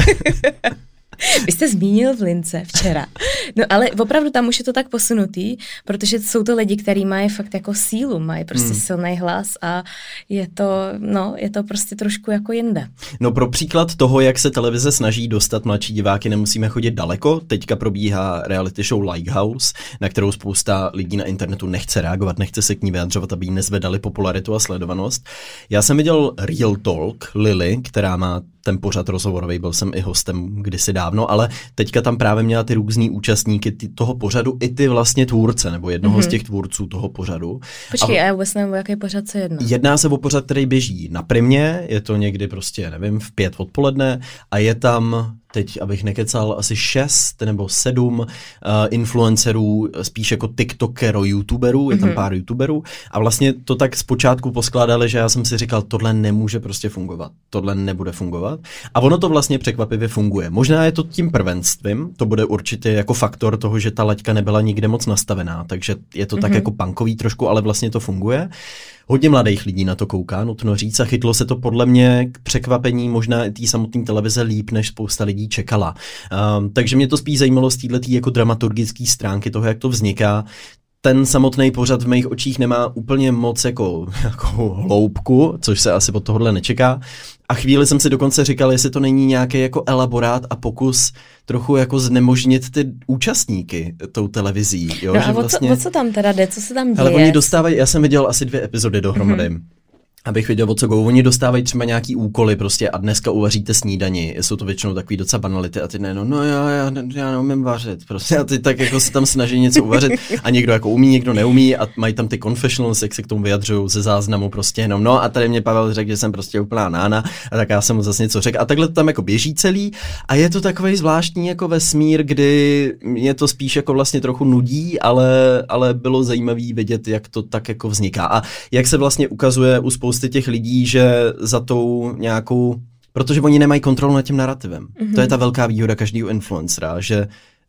Vy jste zmínil v Lince včera. No ale opravdu tam už je to tak posunutý, protože jsou to lidi, kteří mají fakt jako sílu, mají prostě hmm. silný hlas a je to, no, je to prostě trošku jako jinde. No pro příklad toho, jak se televize snaží dostat mladší diváky, nemusíme chodit daleko. Teďka probíhá reality show Lighthouse, na kterou spousta lidí na internetu nechce reagovat, nechce se k ní vyjadřovat, aby jí nezvedali popularitu a sledovanost. Já jsem viděl Real Talk Lily, která má ten pořad rozhovorový, byl jsem i hostem kdysi dávno, ale teďka tam právě měla ty různý účastníky ty, toho pořadu, i ty vlastně tvůrce, nebo jednoho mm-hmm. z těch tvůrců toho pořadu. Počkej, a já vůbec nevím, o jaký pořad se jedná. Jedná se o pořad, který běží na Primě, je to někdy prostě, nevím, v pět odpoledne a je tam teď, abych nekecal, asi šest nebo sedm uh, influencerů, spíš jako tiktokerů, youtuberů, je tam mm-hmm. pár youtuberů a vlastně to tak zpočátku poskládali, že já jsem si říkal, tohle nemůže prostě fungovat, tohle nebude fungovat a ono to vlastně překvapivě funguje. Možná je to tím prvenstvím, to bude určitě jako faktor toho, že ta laťka nebyla nikde moc nastavená, takže je to mm-hmm. tak jako punkový trošku, ale vlastně to funguje. Hodně mladých lidí na to kouká, nutno říct, a chytlo se to podle mě k překvapení možná i té samotné televize líp, než spousta lidí čekala. Um, takže mě to spíš zajímalo z této jako dramaturgické stránky toho, jak to vzniká. Ten samotný pořad v mých očích nemá úplně moc jako, jako hloubku, což se asi od tohohle nečeká. A chvíli jsem si dokonce říkal, jestli to není nějaký jako elaborát a pokus trochu jako znemožnit ty účastníky tou televizí. Jo? No že a o, vlastně... co, o co tam teda jde, co se tam děje? Ale oni dostávají, já jsem viděl asi dvě epizody dohromady. Mm-hmm. Abych viděl, o co go. Oni dostávají třeba nějaký úkoly prostě a dneska uvaříte snídani. Jsou to většinou takový docela banality a ty ne, no, no já, já, já neumím vařit prostě a ty tak jako se tam snaží něco uvařit a někdo jako umí, někdo neumí a mají tam ty confessionals, jak se k tomu vyjadřují ze záznamu prostě jenom. No a tady mě Pavel řekl, že jsem prostě úplná nána a tak já jsem mu zase něco řekl a takhle to tam jako běží celý a je to takovej zvláštní jako vesmír, kdy mě to spíš jako vlastně trochu nudí, ale, ale bylo zajímavý vidět, jak to tak jako vzniká a jak se vlastně ukazuje u spousty těch lidí, že za tou nějakou, protože oni nemají kontrolu nad tím narrativem. Mm-hmm. To je ta velká výhoda každého influencera, že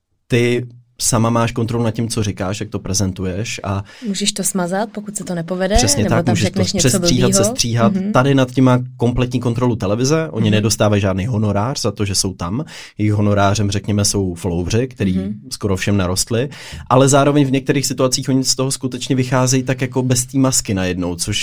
ty sama máš kontrolu nad tím, co říkáš, jak to prezentuješ a můžeš to smazat, pokud se to nepovede, přesně nebo tak, tam můžeš řekneš to něco přestříhat, blbýho. sestříhat. Mm-hmm. Tady nad tím má kompletní kontrolu televize, oni mm-hmm. nedostávají žádný honorář za to, že jsou tam. Jejich honorářem, řekněme, jsou followři, který mm-hmm. skoro všem narostli, ale zároveň v některých situacích oni z toho skutečně vycházejí tak jako bez té masky najednou, což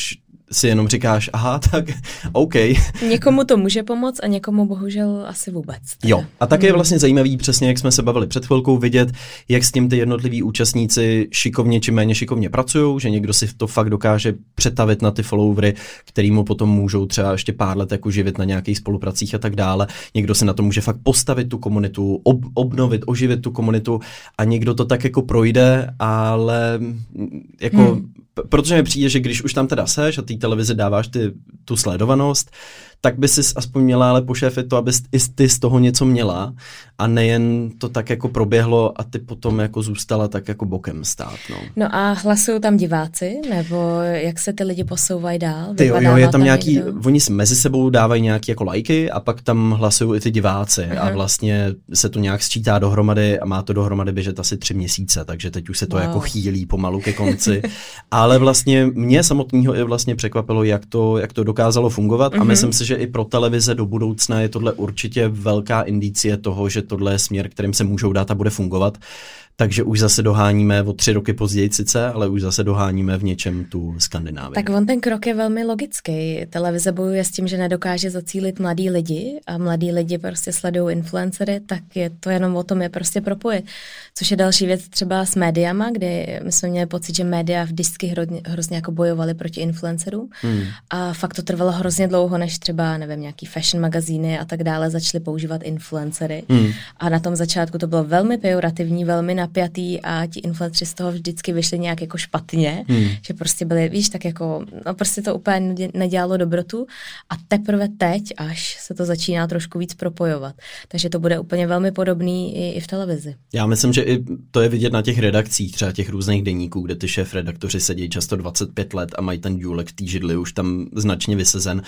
si jenom říkáš, aha, tak OK. Někomu to může pomoct a někomu bohužel asi vůbec. Teda. Jo, a tak je vlastně zajímavý, přesně jak jsme se bavili před chvilkou, vidět, jak s tím ty jednotliví účastníci šikovně či méně šikovně pracují, že někdo si to fakt dokáže přetavit na ty followery, který mu potom můžou třeba ještě pár let jako živit na nějakých spolupracích a tak dále. Někdo se na to může fakt postavit tu komunitu, ob, obnovit, oživit tu komunitu a někdo to tak jako projde, ale jako hmm. protože mi přijde, že když už tam teda seš a té televizi dáváš ty, tu sledovanost, tak by si aspoň měla ale pošéfit to, aby i ty z toho něco měla a nejen to tak jako proběhlo a ty potom jako zůstala tak jako bokem stát. No, no a hlasují tam diváci? Nebo jak se ty lidi posouvají dál? Ty jo, jo, je tam, tam nějaký, někdo? Oni mezi sebou dávají nějaké jako lajky a pak tam hlasují i ty diváci. Aha. A vlastně se to nějak sčítá dohromady a má to dohromady běžet asi tři měsíce, takže teď už se to wow. jako chýlí pomalu ke konci. Ale vlastně mě samotného i vlastně překvapilo, jak to, jak to dokázalo fungovat mm-hmm. a myslím si, že i pro televize do budoucna je tohle určitě velká indicie toho, že tohle je směr, kterým se můžou dát a bude fungovat. Takže už zase doháníme o tři roky později sice, ale už zase doháníme v něčem tu Skandinávii. Tak on ten krok je velmi logický. Televize bojuje s tím, že nedokáže zacílit mladý lidi a mladí lidi prostě sledují influencery, tak je to jenom o tom je prostě propojit. Což je další věc třeba s médiama, kde my jsme měli pocit, že média vždycky hrozně, hrozně jako bojovali proti influencerům hmm. a fakt to trvalo hrozně dlouho, než třeba, nevím, nějaký fashion magazíny a tak dále začaly používat influencery. Hmm. A na tom začátku to bylo velmi pejorativní, velmi napjatý a ti influenceři z toho vždycky vyšli nějak jako špatně, hmm. že prostě byli, víš, tak jako, no prostě to úplně nedělalo dobrotu a teprve teď až se to začíná trošku víc propojovat. Takže to bude úplně velmi podobný i, i v televizi. Já myslím, že i to je vidět na těch redakcích, třeba těch různých deníků, kde ty šéf redaktoři sedí často dvacet pět let a mají ten důlek v té židli už tam značně vysezen.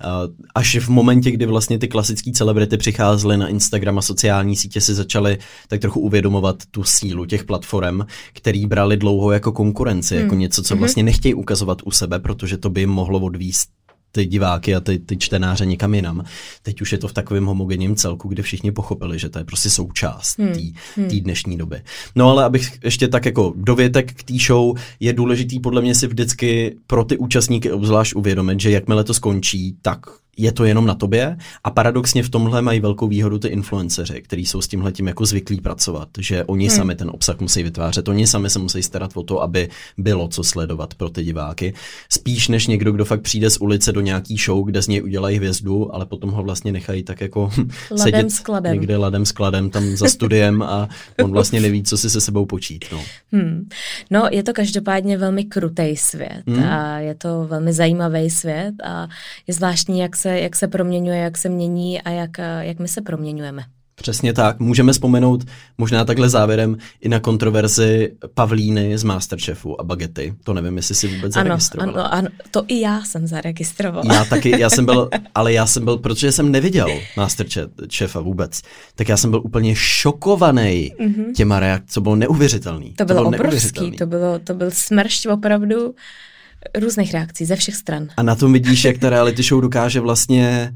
Až v momentě, kdy vlastně ty klasické celebrity přicházely na Instagram a sociální sítě, si začaly tak trochu uvědomovat tu sílu těch platform, který brali dlouho jako konkurenci, hmm. jako něco, co vlastně nechtějí ukazovat u sebe, protože to by jim mohlo odvíst ty diváky a ty, ty čtenáře někam jinam. Teď už je to v takovém homogenním celku, kde všichni pochopili, že to je prostě součást té hmm. dnešní doby. No ale abych ještě tak jako dovětek k té show, je důležitý podle mě si vždycky pro ty účastníky obzvlášť uvědomit, že jakmile to skončí, tak je to jenom na tobě a paradoxně v tomhle mají velkou výhodu ty influenceři, kteří jsou s tímhletím jako zvyklí pracovat, že oni hmm. sami ten obsah musí vytvářet, oni sami se musí starat o to, aby bylo co sledovat pro ty diváky. Spíš než někdo, kdo fakt přijde z ulice do nějaký show, kde z něj udělají hvězdu, ale potom ho vlastně nechají tak jako sedět skladem. někde ladem skladem tam za studiem a on vlastně neví, co si se sebou počít. No, hmm. no je to každopádně velmi krutej svět hmm. a je to velmi zajímavý svět a je zvláštní, jak se jak se proměňuje, jak se mění a jak, jak my se proměňujeme. Přesně tak. Můžeme vzpomenout možná takhle závěrem i na kontroverzi Pavlíny z Masterchefu a Bagety. To nevím, jestli si vůbec ano, zaregistrovala. Ano, ano, to i já jsem zaregistrovala. Já taky, já jsem byl, ale já jsem byl, protože jsem neviděl Masterchefa vůbec, tak já jsem byl úplně šokovaný mm-hmm. těma reakcemi, co bylo neuvěřitelný. To bylo, to bylo obrovský, to, bylo, to byl smršť opravdu různých reakcí ze všech stran. A na tom vidíš, jak ta reality show dokáže vlastně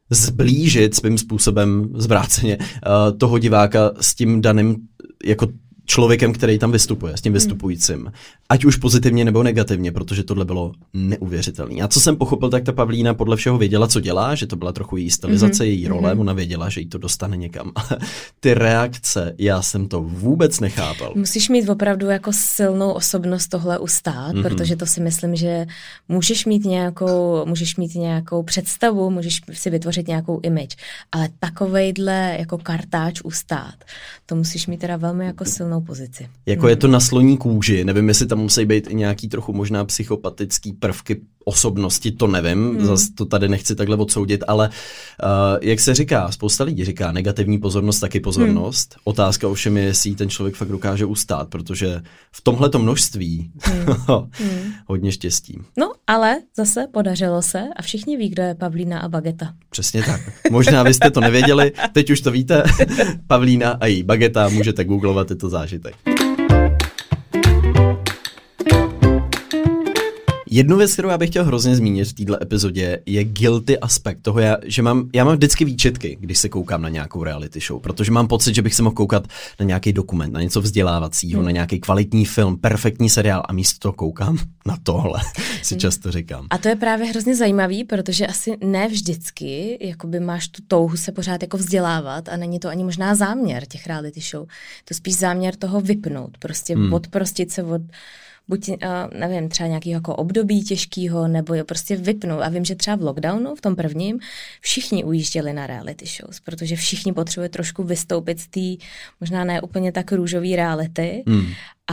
zblížit svým způsobem zvráceně uh, toho diváka s tím daným jako člověkem, který tam vystupuje, s tím vystupujícím. Ať už pozitivně nebo negativně, protože tohle bylo neuvěřitelné. A co jsem pochopil, tak ta Pavlína podle všeho věděla, co dělá, že to byla trochu její stylizace, mm-hmm. její role, mm-hmm. ona věděla, že jí to dostane někam. Ty reakce, já jsem to vůbec nechápal. Musíš mít opravdu jako silnou osobnost tohle ustát, mm-hmm. protože to si myslím, že můžeš mít nějakou, můžeš mít nějakou představu, můžeš si vytvořit nějakou image, ale takovejhle jako kartáč ustát, to musíš mít teda velmi jako silnou pozici. Jako hmm. je to na sloní kůži, nevím, jestli tam musí být i nějaký trochu možná psychopatický prvky osobnosti, to nevím, hmm. zase to tady nechci takhle odsoudit, ale uh, jak se říká, spousta lidí říká, negativní pozornost taky pozornost. Hmm. Otázka ovšem je, jestli ten člověk fakt dokáže ustát, protože v tomhleto množství hmm. hmm. hodně štěstí. No, ale zase podařilo se a všichni ví, kdo je Pavlína a Bageta. Přesně tak. Možná vy jste to nevěděli, teď už to víte. Pavlína a její Bageta, můžete googlovat, je to zážitek. Jednu věc, kterou já bych chtěl hrozně zmínit v této epizodě, je guilty aspekt toho, já, že mám, já mám vždycky výčitky, když se koukám na nějakou reality show, protože mám pocit, že bych se mohl koukat na nějaký dokument, na něco vzdělávacího, hmm. na nějaký kvalitní film, perfektní seriál a místo toho koukám na tohle, si často říkám. A to je právě hrozně zajímavý, protože asi ne vždycky jakoby máš tu touhu se pořád jako vzdělávat a není to ani možná záměr těch reality show. To spíš záměr toho vypnout, prostě hmm. odprostit se od buď, uh, nevím, třeba nějakého jako období těžkého, nebo je prostě vypnout. A vím, že třeba v lockdownu, v tom prvním, všichni ujížděli na reality shows, protože všichni potřebuje trošku vystoupit z té možná ne úplně tak růžové reality hmm.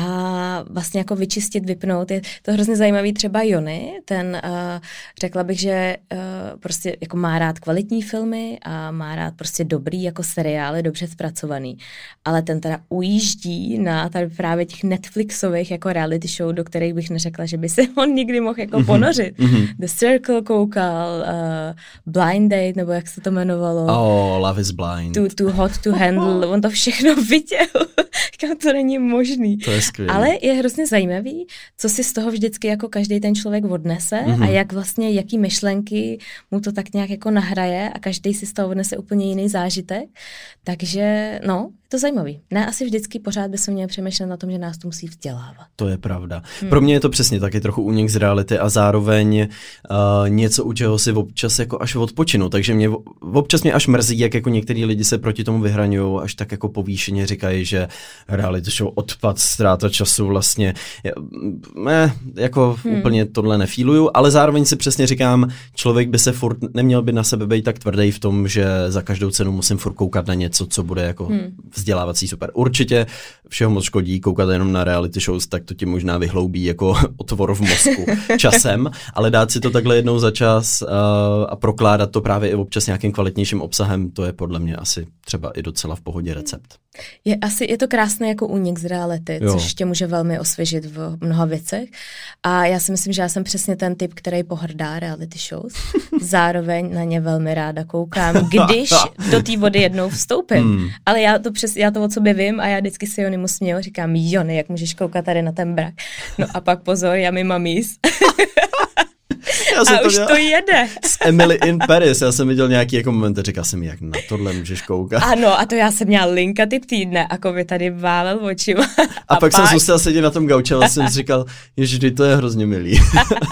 a vlastně jako vyčistit, vypnout. Je to hrozně zajímavý třeba Jony, ten uh, řekla bych, že uh, prostě jako má rád kvalitní filmy a má rád prostě dobrý jako seriály, dobře zpracovaný. Ale ten teda ujíždí na tady právě těch Netflixových jako reality show, do kterých bych neřekla, že by se on nikdy mohl jako ponořit. Mm-hmm. The Circle koukal, uh, Blind Date, nebo jak se to jmenovalo. Oh, Love is Blind. Too, too Hot to Handle. On to všechno viděl. To není možný. To je skvělý. Ale je hrozně zajímavý, co si z toho vždycky jako každý ten člověk odnese mm-hmm. a jak vlastně, jaký myšlenky mu to tak nějak jako nahraje a každý si z toho odnese úplně jiný zážitek. Takže no, je to zajímavý. Ne, asi vždycky pořád bychom měli přemýšlet na tom, že nás to musí vzdělávat. To je pravda. Hmm. Pro mě je to přesně taky trochu únik z reality a zároveň uh, něco, u čeho si občas jako až odpočinu. Takže mě občas mě až mrzí, jak jako některý lidi se proti tomu vyhraňují, až tak jako povýšeně říkají, že reality show odpad, ztráta času vlastně. Ne, jako hmm. úplně tohle nefíluju, ale zároveň si přesně říkám, člověk by se furt neměl by na sebe být tak tvrdý v tom, že za každou cenu musím furt koukat na něco, co bude jako hmm. vzdělávací super. Určitě všeho moc škodí koukat jenom na reality shows, tak to ti možná vyhloubí jako otvor v mozku časem, ale dát si to takhle jednou za čas uh, a prokládat to právě i občas nějakým kvalitnějším obsahem, to je podle mě asi třeba i docela v pohodě recept. Je asi je to krásné jako únik z reality, jo. Což tě může velmi osvěžit v mnoha věcech. A já si myslím, že já jsem přesně ten typ, který pohrdá reality shows. Zároveň na ně velmi ráda koukám, když do té vody jednou vstoupím. Hmm. Ale já to přes, já to o sobě vím a já vždycky si Jony mu směju, říkám, Jony, jak můžeš koukat tady na ten brak. No a pak pozor, já mi mamís. A to už dělal. To jede. S Emily in Paris, já jsem viděl nějaký jako moment a říkal jsem mi, jak na tohle můžeš koukat. Ano, a to já jsem měla linka typ týdne, jako by tady válel očima. A, a pak, pak jsem zůstal sedět na tom gauči a jsem si říkal, ježiš, to je hrozně milý.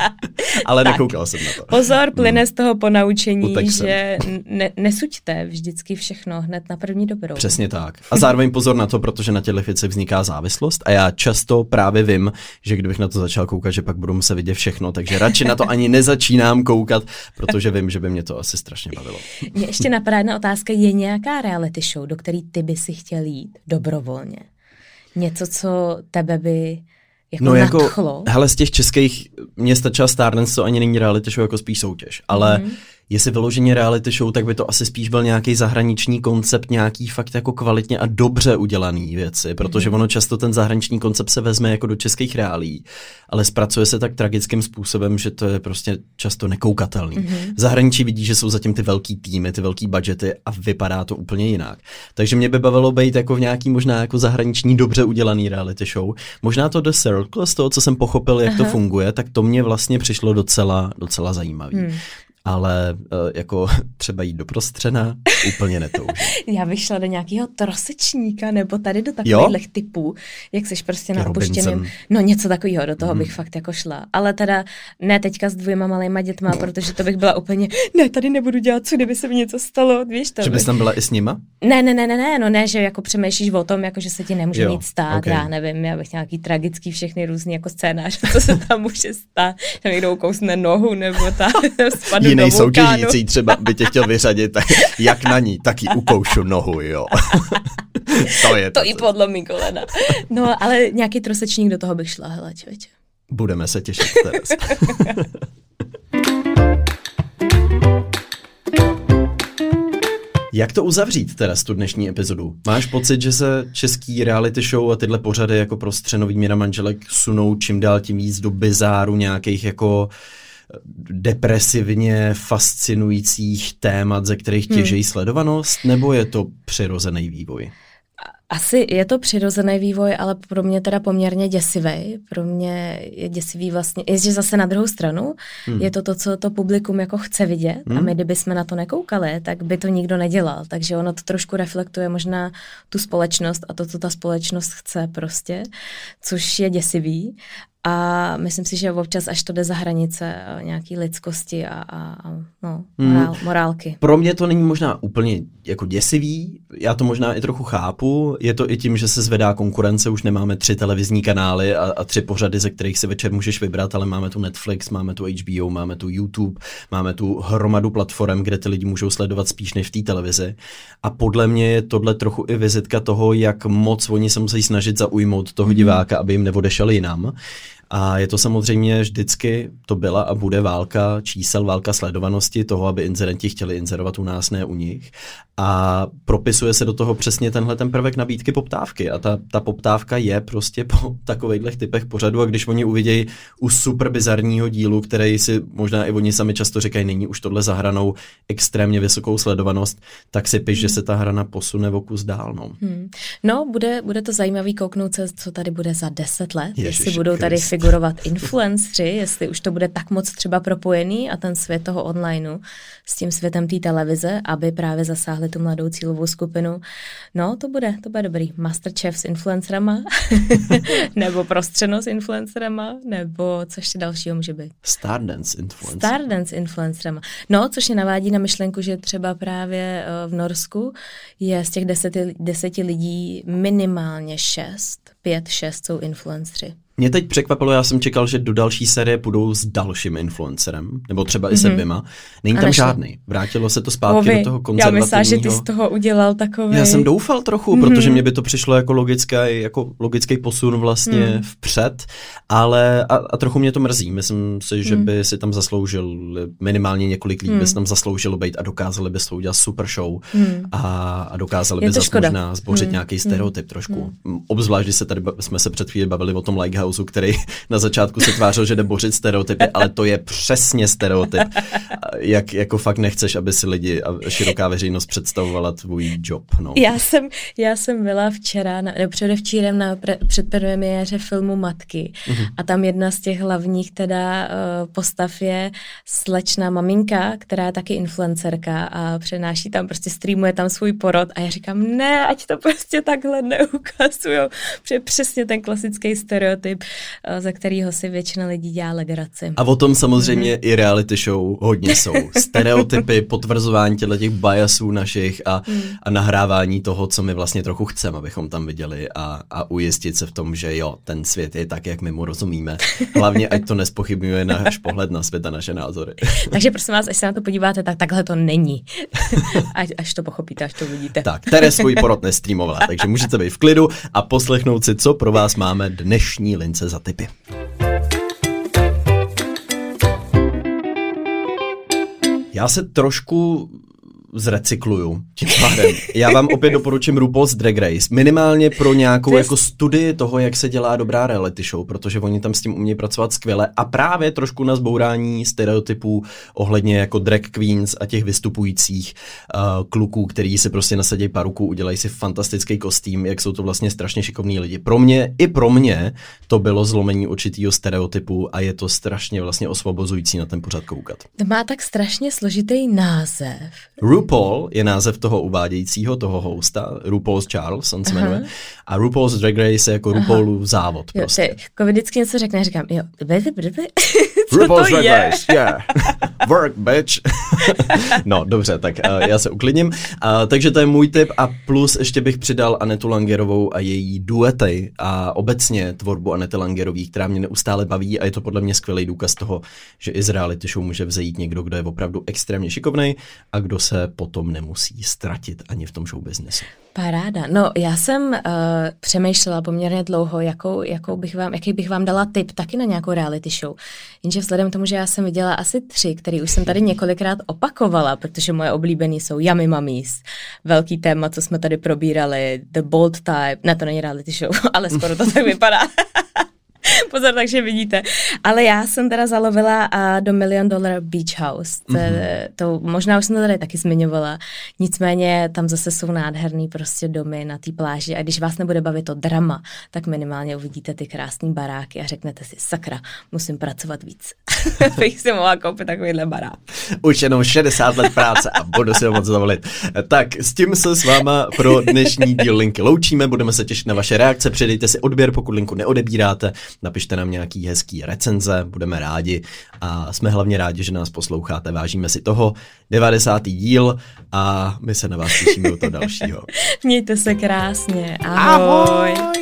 Ale tak, nekoukal jsem na to. Pozor, plyne z toho ponaučení, že ne, nesuďte vždycky všechno hned na první dobrou. Přesně tak. A zároveň pozor na to, protože na těchto věcech vzniká závislost a já často právě vím, že kdybych na to začal koukat, že pak budu muset vidět všechno, takže radši na to ani nezačínám koukat, protože vím, že by mě to asi strašně bavilo. Mě ještě napadá jedna otázka, je nějaká reality show, do který ty by si chtěl jít dobrovolně? Něco, co tebe by jako no jako, nadchlo? Hele, z těch českých mě stačila Stardance, to ani není reality show, jako spíš soutěž, ale mm-hmm. jestli vyloženě reality show, tak by to asi spíš byl nějaký zahraniční koncept, nějaký fakt jako kvalitně a dobře udělaný věci, protože mm-hmm. ono často ten zahraniční koncept se vezme jako do českých reálí, ale zpracuje se tak tragickým způsobem, že to je prostě často nekoukatelný. Mm-hmm. V zahraničí vidí, že jsou zatím ty velký týmy, ty velký budgety a vypadá to úplně jinak. Takže mě by bavilo být jako v nějaký možná jako zahraniční dobře udělaný reality show. Možná to The Circle, z toho, co jsem pochopil, jak Aha. to funguje, tak to mě vlastně přišlo docela, docela zajímavý. Hmm. Ale uh, jako třeba jít do prostřena úplně netoužím. Já bych šla do nějakého trosečníka nebo tady do takových typů, jak seš prostě na opuštěným. No něco takového, do toho mm. bych fakt jako šla. Ale teda ne teďka s dvěma malejma dětma, protože to bych byla úplně, ne, tady nebudu dělat, co kdyby se mi něco stalo, víš to. Že bys tam byla i s nima? Ne, ne, ne, ne, ne, no ne, že jako přemýšlíš o tom, jako že se ti nemůže jo, nic stát, okay. Já nevím, já bych nějaký tragický všechny různý jako scénář, co se tam může stát, tam někdo ukousne nohu nebo ta spadne. Jiný soutěžící třeba by tě chtěl vyřadit, tak jak na ní, tak jí ukoušu nohu, jo. to je to. To i podlomí kolena. No, ale nějaký trosečník do toho bych šla, hele, člověče. Budeme se těšit teraz. Jak to uzavřít teda tu dnešní epizodu? Máš pocit, že se český reality show a tyhle pořady jako pro střenový míra manželek sunou čím dál tím víc do bizáru nějakých jako depresivně fascinujících témat, ze kterých těžejí hmm. sledovanost, nebo je to přirozený vývoj? Asi je to přirozený vývoj, ale pro mě teda poměrně děsivý. Pro mě je děsivý vlastně, je, že zase na druhou stranu hmm. je to to, co to publikum jako chce vidět hmm. a my, kdybychom na to nekoukali, tak by to nikdo nedělal. Takže ono to trošku reflektuje možná tu společnost a to, co ta společnost chce prostě, což je děsivý. A myslím si, že občas až to jde za hranice nějaký lidskosti a, a, a no, morál, hmm. morálky. Pro mě to není možná úplně jako děsivý, já to možná i trochu chápu, je to i tím, že se zvedá konkurence, už nemáme tři televizní kanály a, a tři pořady, ze kterých si večer můžeš vybrat, ale máme tu Netflix, máme tu H B O, máme tu YouTube, máme tu hromadu platform, kde ty lidi můžou sledovat spíš než v té televizi. A podle mě je tohle trochu i vizitka toho, jak moc oni se musí snažit zaujmout toho diváka, aby jim neodešel jinam. A je to samozřejmě vždycky, to byla a bude válka čísel, válka sledovanosti toho, aby inzerenti chtěli inzerovat u nás, ne u nich. A propisuje se do toho přesně tenhle ten prvek nabídky poptávky. A ta, ta poptávka je prostě po takovejhlech typech pořadu. A když oni uvidějí u super bizarního dílu, který si možná i oni sami často říkají, není už tohle za hranou extrémně vysokou sledovanost, tak si piš, hmm. že se ta hrana posune o kus dál. No, hmm. no bude, bude to zajímavý kouknout se, co tady bude za deset let. Ježiši jestli budou tady Krist. figurovat influenceri, jestli už to bude tak moc třeba propojený a ten svět toho onlineu s tím světem té televize, aby právě zasáhli tu mladou cílovou skupinu. No, to bude, to bude dobrý. Masterchef s influencerama, nebo prostřeno s influencerama, nebo co ještě dalšího může být? Stardance influencer. Stardance influencerama. No, což mě navádí na myšlenku, že třeba právě v Norsku je z těch deseti, deseti lidí minimálně šest, pět, šest jsou influenceri. Mě teď překvapilo, já jsem čekal, že do další série půjdou s dalším influencerem, nebo třeba i se dvěma. Není tam žádný. Vrátilo se to zpátky Ovi, do toho konzervativního. Já myslím, že ty z toho udělal takový. Já jsem doufal trochu, mm-hmm. protože mě by to přišlo jako logický, jako logický posun vlastně mm. vpřed, ale a, a trochu mě to mrzí. Myslím si, že mm. by si tam zasloužil minimálně několik lidí, mm. by si tam zasloužilo být a dokázali by s toho udělat super show mm. a, a dokázali by zase možná zbořit mm. nějaký stereotyp mm. trošku. Mm. Obzvlášť, když se tady jsme se před chvíli bavili o tom Like který na začátku se tvářil, že jde bořit stereotypy, ale to je přesně stereotyp. Jak jako fakt nechceš, aby si lidi a široká veřejnost představovala tvůj job. No. Já jsem, já jsem byla včera, na, nebo předevčírem na pre, předpremiéře filmu Matky mm-hmm. a tam jedna z těch hlavních teda uh, postav je slečna maminka, která je taky influencerka a přenáší tam, prostě streamuje tam svůj porod a já říkám, ne, ať to prostě takhle neukazujou, protože přesně ten klasický stereotyp, za kterýho si většina lidí dělá legraci. A o tom samozřejmě mm. i reality show hodně jsou. Stereotypy, potvrzování těch biasů našich a, mm. a nahrávání toho, co my vlastně trochu chceme, abychom tam viděli a, a ujistit se v tom, že jo, ten svět je tak, jak my mu rozumíme. Hlavně, ať to nespochybňuje náš pohled na svět a naše názory. Takže prosím vás, až se na to podíváte, tak takhle to není. Až, až to pochopíte, až to vidíte. Tak, Tere svůj porod nestreamovala, takže můžete být v klidu a poslechnout si, co pro vás máme dnešní lince za tipy. Já se trošku zrecykluju tím pádem. Já vám opět doporučím RuPaul's Drag Race. Minimálně pro nějakou Ty... jako studii toho, jak se dělá dobrá reality show, protože oni tam s tím umějí pracovat skvěle a právě trošku na zbourání stereotypů ohledně jako drag queens a těch vystupujících uh, kluků, který si prostě nasadí paruku, udělají si fantastický kostým, jak jsou to vlastně strašně šikovní lidi. Pro mě, i pro mě to bylo zlomení určitýho stereotypu a je to strašně vlastně osvobozující na ten pořad koukat. To má tak strašně složitý název. RuPaul je název toho uvádějícího, toho hosta, RuPaul's Charles, on se jmenuje. A RuPaul's Drag Race je jako RuPaulův závod. Jo, prostě. Jako vždycky něco řekne, říkám, jo, co RuPaul's to je? Race, yeah. Work, bitch. No, dobře, tak uh, já se uklidním. Uh, takže to je můj tip a plus ještě bych přidal Anetu Langerovou a její duety a obecně tvorbu Anety Langerový, která mě neustále baví a je to podle mě skvělý důkaz toho, že i z reality show může vzejít někdo, kdo je opravdu extrémně šikovnej a kdo se potom nemusí ztratit ani v tom show businessu. Paráda. No, já jsem uh, přemýšlela poměrně dlouho, jakou, jakou bych vám, jaký bych vám dala tip taky na nějakou reality show. Jenže vzhledem k tomu, že já jsem viděla asi tři, který už jsem tady několikrát opakovala, protože moje oblíbený jsou Yummy Mummies, velký téma, co jsme tady probírali, The Bold Type, ne, to není reality show, ale skoro to tak vypadá. Pozor, takže vidíte. Ale já jsem teda zalovila uh, do Million Dollar Beach House. To, mm-hmm. to možná už jsem to tady taky zmiňovala. Nicméně tam zase jsou nádherný prostě domy na té pláži a když vás nebude bavit to drama, tak minimálně uvidíte ty krásný baráky a řeknete si, sakra, musím pracovat víc. Bych si mohla koupit takovýhle barák. Už jenom šedesát let práce a budu si ho moc dovolit. Tak s tím se s váma pro dnešní díl Linky loučíme, budeme se těšit na vaše reakce, předejte si odběr, pokud linku neodebíráte, napište nám nějaký hezký recenze, budeme rádi a jsme hlavně rádi, že nás posloucháte, vážíme si toho. devadesátý díl a my se na vás těšíme u toho dalšího. Mějte se krásně, ahoj. ahoj.